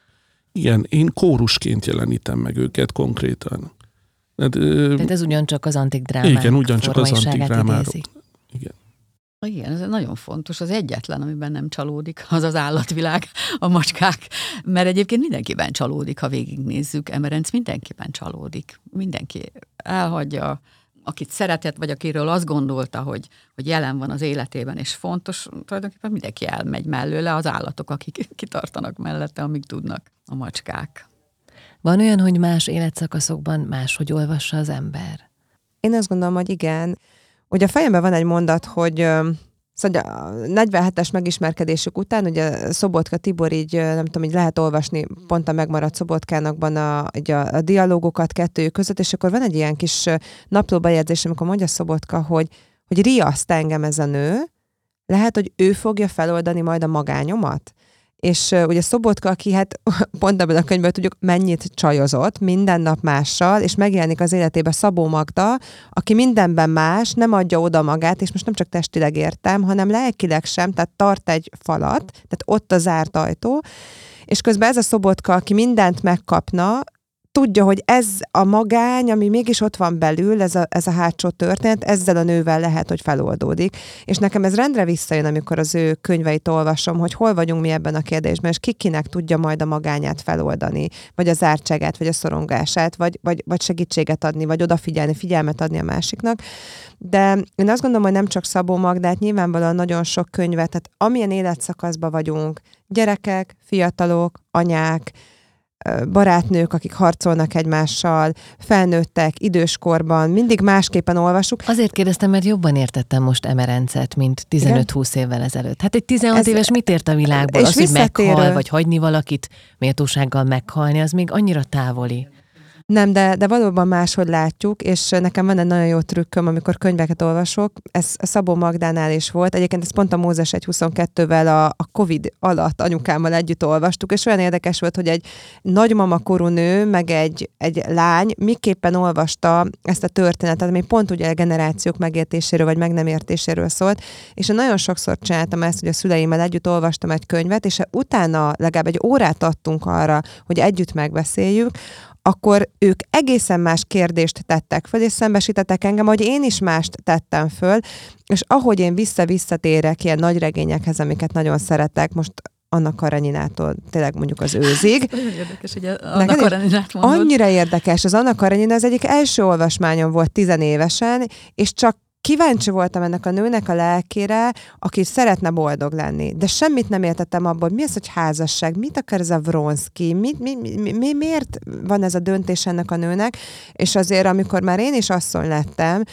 Igen, én kórusként jelenítem meg őket konkrétan. Hát, Tehát ez ugyancsak az antik drámák igen, ugyancsak az antik drámáról. Igen. Igen, ez nagyon fontos. Az egyetlen, amiben nem csalódik, az az állatvilág, a macskák. Mert egyébként mindenkiben csalódik, ha végignézzük. Emerenc mindenkiben csalódik. Mindenki elhagyja, akit szeretett, vagy akiről azt gondolta, hogy, hogy jelen van az életében, és fontos, tulajdonképpen mindenki elmegy mellőle, az állatok, akik kitartanak mellette, amíg tudnak, a macskák. Van olyan, hogy más életszakaszokban máshogy olvassa az ember? Én azt gondolom, hogy igen. Ugye a fejemben van egy mondat, hogy szóval a negyvenhetes megismerkedésük után, ugye Szobotka Tibor így, nem tudom, így lehet olvasni pont a megmaradt Szobotkánakban a, a, a dialógokat kettőjük között, és akkor van egy ilyen kis naplóbejegyzés, amikor mondja Szobotka, hogy, hogy riaszt engem ez a nő, lehet, hogy ő fogja feloldani majd a magányomat. És uh, ugye Szobotka, aki hát pont ebben a könyvben tudjuk, mennyit csajozott, minden nap mással, és megjelenik az életébe Szabó Magda, aki mindenben más, nem adja oda magát, és most nem csak testileg értem, hanem lelkileg sem, tehát tart egy falat, tehát ott a zárt ajtó, és közben ez a Szobotka, aki mindent megkapna, tudja, hogy ez a magány, ami mégis ott van belül, ez a, ez a hátsó történet, ezzel a nővel lehet, hogy feloldódik. És nekem ez rendre visszajön, amikor az ő könyveit olvasom, hogy hol vagyunk mi ebben a kérdésben, és ki kinek tudja majd a magányát feloldani, vagy a zártságát, vagy a szorongását, vagy, vagy, vagy segítséget adni, vagy odafigyelni, figyelmet adni a másiknak. De én azt gondolom, hogy nem csak Szabó Magdát, nyilvánvalóan nagyon sok könyvet, tehát amilyen életszakaszban vagyunk, gyerekek, fiatalok, anyák, barátnők, akik harcolnak egymással, felnőttek, időskorban, mindig másképpen olvasuk. Azért kérdeztem, mert jobban értettem most Emerencet, mint tizenöt-húsz évvel ezelőtt. Hát egy tizenhat Ez, éves mit ért a világból? Az, hogy meghal, vagy hagyni valakit méltósággal meghalni, az még annyira távoli. Nem, de, de valóban máshogy látjuk, és nekem van egy nagyon jó trükköm, amikor könyveket olvasok, ez Szabó Magdánál is volt, egyébként ez pont a Mózes egy huszonkettővel a, a Covid alatt anyukámmal együtt olvastuk, és olyan érdekes volt, hogy egy nagymama korú nő, meg egy, egy lány miképpen olvasta ezt a történetet, ami pont ugye a generációk megértéséről, vagy meg nem értéséről szólt, és én nagyon sokszor csináltam ezt, hogy a szüleimmel együtt olvastam egy könyvet, és utána legalább egy órát adtunk arra, hogy együtt megbeszéljük, akkor ők egészen más kérdést tettek föl, és szembesítettek engem, hogy én is mást tettem föl, és ahogy én vissza-visszatérek ilyen nagy regényekhez, amiket nagyon szeretek, most Anna Kareninától tényleg mondjuk az Őzig. Nagyon érdekes, hogy Anna Kareninát mondod. Annyira érdekes. Az Anna Karenina az egyik első olvasmányom volt tizenévesen, és csak kíváncsi voltam ennek a nőnek a lelkére, aki szeretne boldog lenni. De semmit nem értettem abból, mi az, hogy házasság, mit akar ez a Vronszky, mi, mi, mi, mi, miért van ez a döntés ennek a nőnek, és azért, amikor már én is asszony lettem,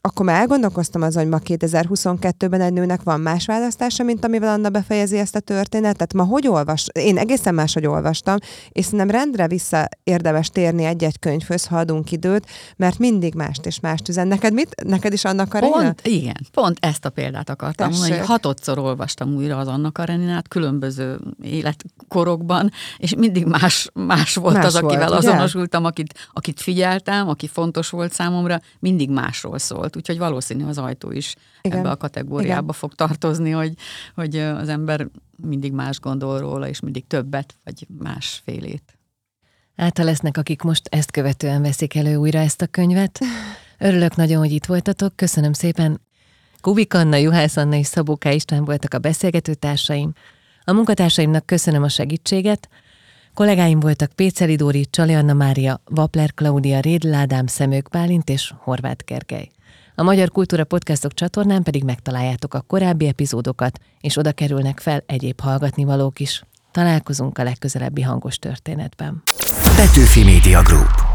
akkor már elgondolkoztam azon, hogy ma kétezer-huszonkettőben egy nőnek van más választása, mint amivel Anna befejezi ezt a történetet. Ma hogy olvas? Én egészen máshogy olvastam, és szerintem rendre vissza érdemes térni egy-egy könyvhöz, ha adunk időt, mert mindig mást és mást üzen. Neked mit? Neked is Anna Karenina? Pont, igen, pont ezt a példát akartam Tessék. mondani, hogy hatodszor olvastam újra az Anna Kareninát különböző életkorokban, és mindig más, más volt Más az, akivel volt, ugye? azonosultam, akit, akit figyeltem, aki fontos volt számomra, mindig másról szólt. Úgyhogy valószínű az Ajtó is Igen. ebbe a kategóriába Igen. fog tartozni, hogy, hogy az ember mindig más gondol róla, és mindig többet, vagy másfélét. Hát, ha lesznek, akik most ezt követően veszik elő újra ezt a könyvet. Örülök nagyon, hogy itt voltatok. Köszönöm szépen. Kubik Anna, Juhász Anna és Szabó K. István voltak a beszélgető társaim. A munkatársaimnak köszönöm a segítséget. Kollégáim voltak Péceli Dóri, Csali Anna Mária, Vapler Klaudia, Rédl Ádám, Szemők Bálint és Horváth Gergely. A Magyar Kultúra Podcastok csatornán pedig megtaláljátok a korábbi epizódokat, és oda kerülnek fel egyéb hallgatnivalók is. Találkozunk a legközelebbi hangos történetben. Petőfi Media Group.